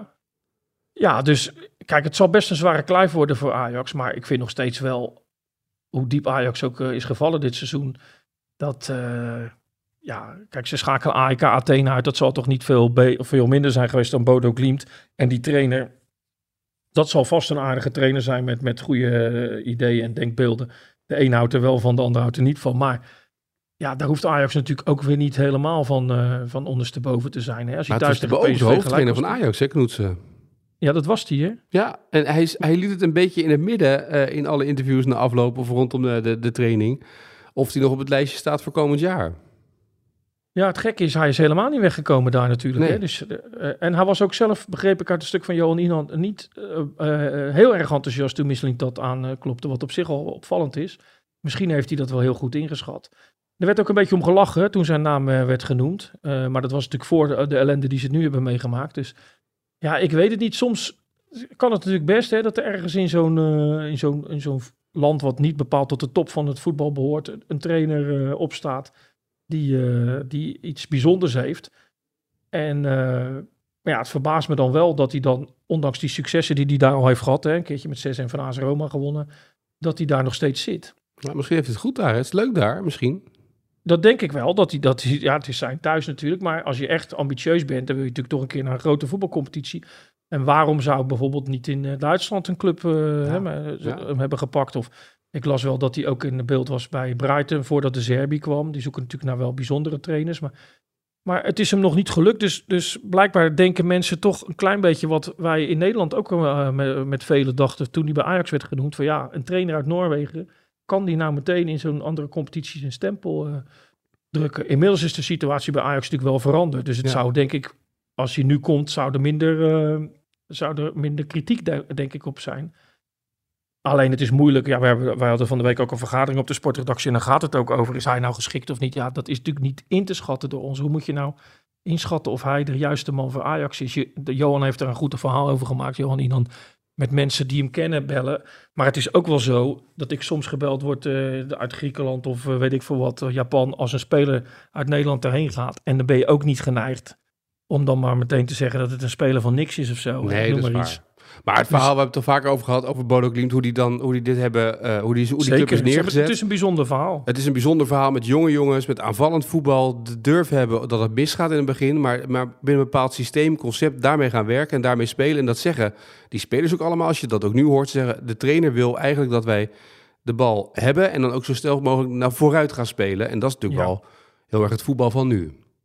Ja, dus kijk, het zal best een zware kluif worden voor Ajax. Maar ik vind nog steeds wel, hoe diep Ajax ook is gevallen dit seizoen, dat, kijk, ze schakelen AEK Athene uit. Dat zal toch niet veel minder zijn geweest dan Bodo Glimt. En die trainer, dat zal vast een aardige trainer zijn met goede ideeën en denkbeelden. De een houdt er wel van, de ander houdt er niet van. Maar ja, daar hoeft Ajax natuurlijk ook weer niet helemaal van ondersteboven te zijn. Hè? Als je maar thuis het was de hoofdtrainer van Ajax, hè, Knudsen? Ja, dat was die, hè? Ja, en hij liet het een beetje in het midden in alle interviews na afloop of rondom de training. Of hij nog op het lijstje staat voor komend jaar. Ja, het gekke is, hij is helemaal niet weggekomen daar natuurlijk. Nee. Hè? Dus, en hij was ook zelf, begreep ik uit een stuk van Johan Inan, niet heel erg enthousiast toen Misselink dat aanklopte, wat op zich al opvallend is. Misschien heeft hij dat wel heel goed ingeschat. Er werd ook een beetje om gelachen toen zijn naam werd genoemd. Maar dat was natuurlijk voor de ellende die ze nu hebben meegemaakt. Dus ja, ik weet het niet. Soms kan het natuurlijk best, hè, dat er ergens in zo'n land wat niet bepaald tot de top van het voetbal behoort, een trainer opstaat die iets bijzonders heeft. En het verbaast me dan wel dat hij dan, ondanks die successen die hij daar al heeft gehad, hè, een keertje met 6 en van AS Roma gewonnen, dat hij daar nog steeds zit. Nou, misschien heeft hij het goed daar. Het is leuk daar, misschien. Dat denk ik wel. Het is zijn thuis natuurlijk. Maar als je echt ambitieus bent, dan wil je natuurlijk toch een keer naar een grote voetbalcompetitie. En waarom zou bijvoorbeeld niet in Duitsland een club hem hebben gepakt? Of ik las wel dat hij ook in beeld was bij Brighton voordat de Zerbi kwam. Die zoeken natuurlijk naar wel bijzondere trainers. Maar het is hem nog niet gelukt. Dus blijkbaar denken mensen toch een klein beetje wat wij in Nederland ook met velen dachten toen hij bij Ajax werd genoemd. Van ja, een trainer uit Noorwegen, kan die nou meteen in zo'n andere competitie zijn stempel drukken? Inmiddels is de situatie bij Ajax natuurlijk wel veranderd. Dus het zou, denk ik, als hij nu komt, zou er minder kritiek, denk ik, op zijn. Alleen het is moeilijk. Ja, wij hadden van de week ook een vergadering op de sportredactie en dan gaat het ook over, is hij nou geschikt of niet? Ja, dat is natuurlijk niet in te schatten door ons. Hoe moet je nou inschatten of hij de juiste man voor Ajax is? Johan heeft er een goed verhaal over gemaakt, Johan Inan, met mensen die hem kennen bellen. Maar het is ook wel zo dat ik soms gebeld word uit Griekenland of weet ik veel wat, Japan, als een speler uit Nederland erheen gaat. En dan ben je ook niet geneigd om dan maar meteen te zeggen dat het een speler van niks is of zo. Nee, dat is waar. Iets. Maar het verhaal, we hebben het al vaker over gehad, over Bodo Glimt, hoe die club is neergezet. Het is een bijzonder verhaal. Het is een bijzonder verhaal met jonge jongens, met aanvallend voetbal, de durf hebben dat het misgaat in het begin, maar binnen een bepaald systeem, concept, daarmee gaan werken en daarmee spelen. En dat zeggen die spelers ook allemaal, als je dat ook nu hoort, zeggen de trainer wil eigenlijk dat wij de bal hebben en dan ook zo snel mogelijk naar vooruit gaan spelen. En dat is natuurlijk wel heel erg het voetbal van nu.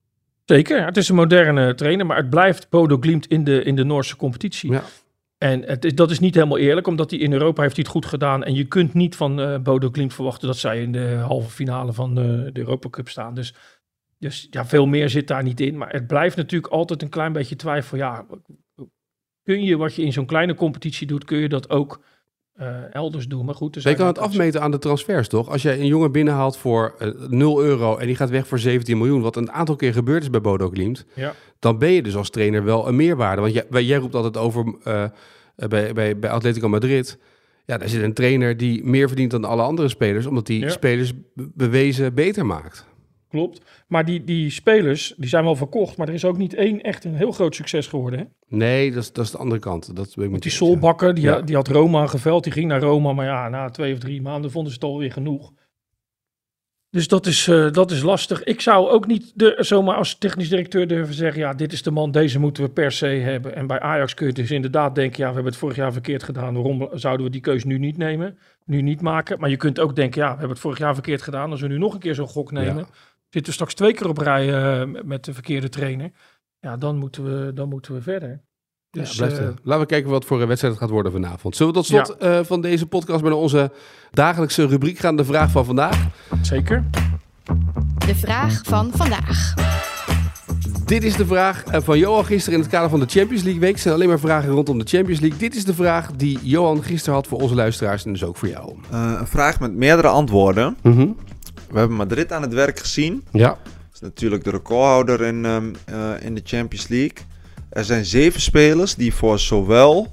Zeker, het is een moderne trainer, maar het blijft Bodo Glimt in de Noorse competitie. Ja. En dat is niet helemaal eerlijk, omdat hij in Europa heeft hij het goed gedaan. En je kunt niet van Bodo Glimt verwachten dat zij in de halve finale van de Europa Cup staan. Dus ja, veel meer zit daar niet in. Maar het blijft natuurlijk altijd een klein beetje twijfel. Ja, kun je wat je in zo'n kleine competitie doet, kun je dat ook elders doen. Maar goed, Je kan het afmeten aan de transfers, toch? Als jij een jongen binnenhaalt voor €0 en die gaat weg voor 17 miljoen, wat een aantal keer gebeurd is bij Bodo Glimt, dan ben je dus als trainer wel een meerwaarde. Want jij roept altijd over bij Atletico Madrid. Ja, daar zit een trainer die meer verdient dan alle andere spelers, omdat die spelers bewezen beter maakt. Klopt. Maar die spelers, die zijn wel verkocht, maar er is ook niet één echt een heel groot succes geworden. Hè? Nee, dat is de andere kant. Dat ben ik met die Solbakker, die had Roma geveld, die ging naar Roma, maar ja, na 2 of 3 maanden vonden ze het alweer genoeg. Dus dat is lastig. Ik zou ook niet zomaar als technisch directeur durven zeggen, ja, dit is de man, deze moeten we per se hebben. En bij Ajax kun je dus inderdaad denken, ja, we hebben het vorig jaar verkeerd gedaan, waarom zouden we die keus nu niet nemen, nu niet maken? Maar je kunt ook denken, ja, we hebben het vorig jaar verkeerd gedaan, als we nu nog een keer zo'n gok nemen, zitten we straks 2 keer op rij met de verkeerde trainer. Ja, dan moeten we verder. Dus, laten we kijken wat voor een wedstrijd het gaat worden vanavond. Zullen we tot slot van deze podcast bij onze dagelijkse rubriek gaan, de vraag van vandaag? Zeker. De vraag van vandaag. Dit is de vraag van Johan gisteren in het kader van de Champions League week. Het zijn alleen maar vragen rondom de Champions League. Dit is de vraag die Johan gisteren had voor onze luisteraars en dus ook voor jou. Een vraag met meerdere antwoorden. Mm-hmm. We hebben Madrid aan het werk gezien. Ja. Dat is natuurlijk de recordhouder in de Champions League. Er zijn 7 spelers die voor zowel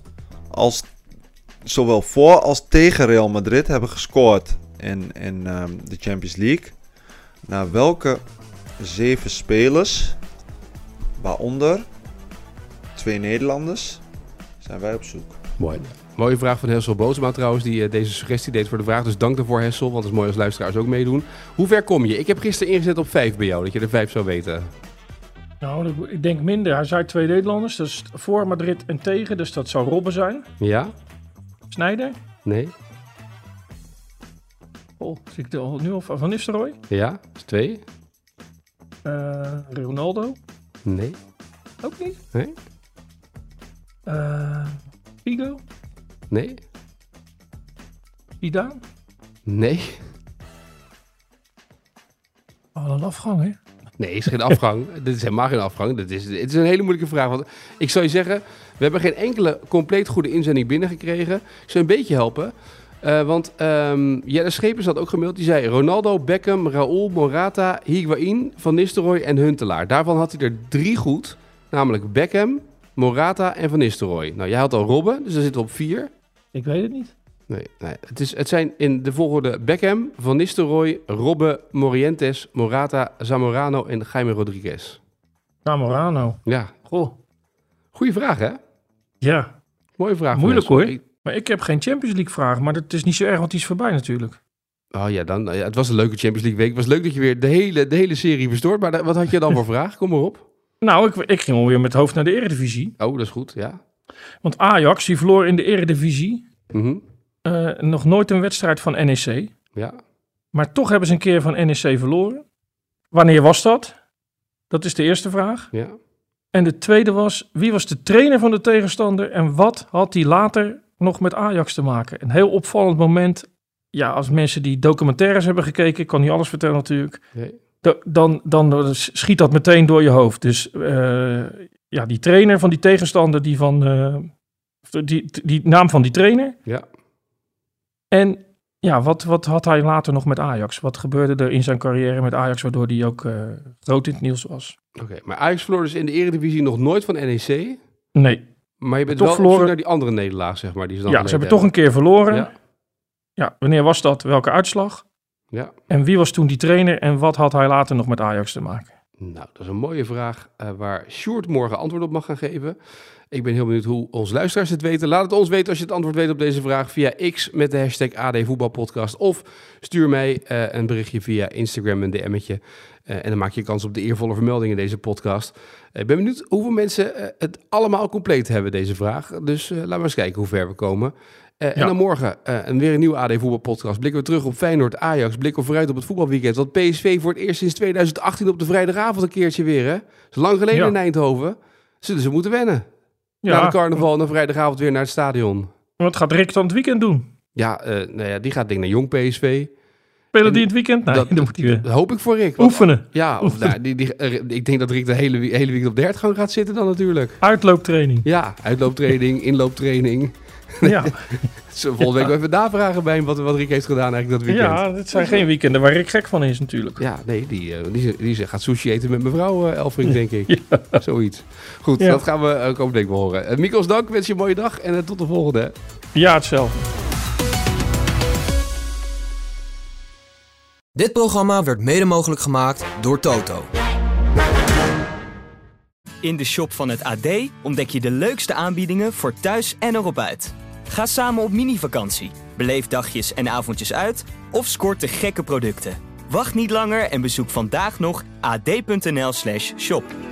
voor als tegen Real Madrid hebben gescoord in de Champions League. Naar welke 7 spelers, waaronder 2 Nederlanders, zijn wij op zoek? Mooi. Mooie vraag van Hessel Boosma trouwens, die deze suggestie deed voor de vraag. Dus dank daarvoor Hessel, want het is mooi als luisteraars ook meedoen. Hoe ver kom je? Ik heb gisteren ingezet op 5 bij jou, dat je er 5 zou weten. Nou, ik denk minder. Hij zei 2 Nederlanders, dus voor Madrid en tegen, dus dat zou Robben zijn. Ja? Sneijder? Nee. Zie ik er nu al Van Nistelrooy? Ja, dat is 2. Ronaldo? Nee. Ook niet? Nee. Figo? Nee. Zidane? Nee. Al een afgang, hè? Nee, het is geen afgang. Dit is helemaal geen afgang. Het is een hele moeilijke vraag. Want ik zou je zeggen, we hebben geen enkele compleet goede inzending binnengekregen. Ik zou een beetje helpen. Want Jelle Schepers had ook gemaild. Die zei Ronaldo, Beckham, Raúl, Morata, Higuaín, Van Nistelrooy en Huntelaar. Daarvan had hij er 3 goed. Namelijk Beckham, Morata en Van Nistelrooy. Nou, jij had al Robben, dus daar zitten we op 4. Ik weet het niet. Nee. Het zijn in de volgorde Beckham, Van Nistelrooy, Robben, Morientes, Morata, Zamorano en Jaime Rodriguez. Zamorano. Ja. Goh. Goeie vraag, hè? Ja. Mooie vraag. Moeilijk hoor. Maar ik heb geen Champions League vraag, maar dat is niet zo erg, want die is voorbij natuurlijk. Oh ja, dan. Ja, het was een leuke Champions League week. Het was leuk dat je weer de hele serie verstoort. Maar wat had je dan voor vraag? Kom maar op. Nou, ik ging alweer met het hoofd naar de Eredivisie. Oh, dat is goed, ja. Want Ajax, die verloor in de Eredivisie nog nooit een wedstrijd van NEC. Ja. Maar toch hebben ze een keer van NEC verloren. Wanneer was dat? Dat is de eerste vraag. Ja. En de tweede was, wie was de trainer van de tegenstander en wat had hij later nog met Ajax te maken? Een heel opvallend moment. Ja, als mensen die documentaires hebben gekeken, ik kan niet alles vertellen natuurlijk. Nee. Dan schiet dat meteen door je hoofd. Dus die trainer van die tegenstander, die naam van die trainer. Ja. En ja, wat had hij later nog met Ajax? Wat gebeurde er in zijn carrière met Ajax, waardoor hij ook groot in het nieuws was? Oké, maar Ajax verloor dus in de Eredivisie nog nooit van NEC? Nee. Maar je bent toch wel verloren op zoek naar die andere nederlaag, zeg maar. Die ze dan ze hebben toch een keer verloren. Ja. Ja, wanneer was dat? Welke uitslag? Ja. En wie was toen die trainer en wat had hij later nog met Ajax te maken? Nou, dat is een mooie vraag waar Sjoerd morgen antwoord op mag gaan geven. Ik ben heel benieuwd hoe onze luisteraars het weten. Laat het ons weten als je het antwoord weet op deze vraag via X met de hashtag AD Voetbalpodcast. Of stuur mij een berichtje via Instagram, een DM'tje. En dan maak je kans op de eervolle vermelding in deze podcast. Ik ben benieuwd hoeveel mensen het allemaal compleet hebben, deze vraag. Dus laten we eens kijken hoe ver we komen. En dan morgen weer een nieuwe AD Voetbalpodcast. Blikken we terug op Feyenoord, Ajax. Blikken we vooruit op het voetbalweekend. Want PSV voor het eerst sinds 2018 op de vrijdagavond een keertje weer. Hè? Dat is lang geleden in Eindhoven. Zullen ze moeten wennen. Na de carnaval en dan vrijdagavond weer naar het stadion. Wat gaat Rick dan het weekend doen? Ja, die gaat denk ik naar Jong PSV. Spelen die in het weekend? Nee, dan moet hij weer. Dat hoop ik voor Rick. Oefenen. Ja, ik denk dat Rick de hele weekend op de hertgang gaat zitten dan natuurlijk. Uitlooptraining. Ja, uitlooptraining, inlooptraining. Ja. Volgende week even navragen bij hem wat Rick heeft gedaan eigenlijk dat weekend. Ja, dit zijn geen weekenden waar Rick gek van is natuurlijk. Ja, nee, die gaat sushi eten met mevrouw Elfrink, denk ik. Ja. Zoiets. Goed, dat gaan we komende week wel horen. Mikos, dank. Wens je een mooie dag en tot de volgende. Ja, hetzelfde. Dit programma werd mede mogelijk gemaakt door Toto. In de shop van het AD ontdek je de leukste aanbiedingen voor thuis en erop uit. Ga samen op mini-vakantie, beleef dagjes en avondjes uit of scoort de gekke producten. Wacht niet langer en bezoek vandaag nog ad.nl/shop.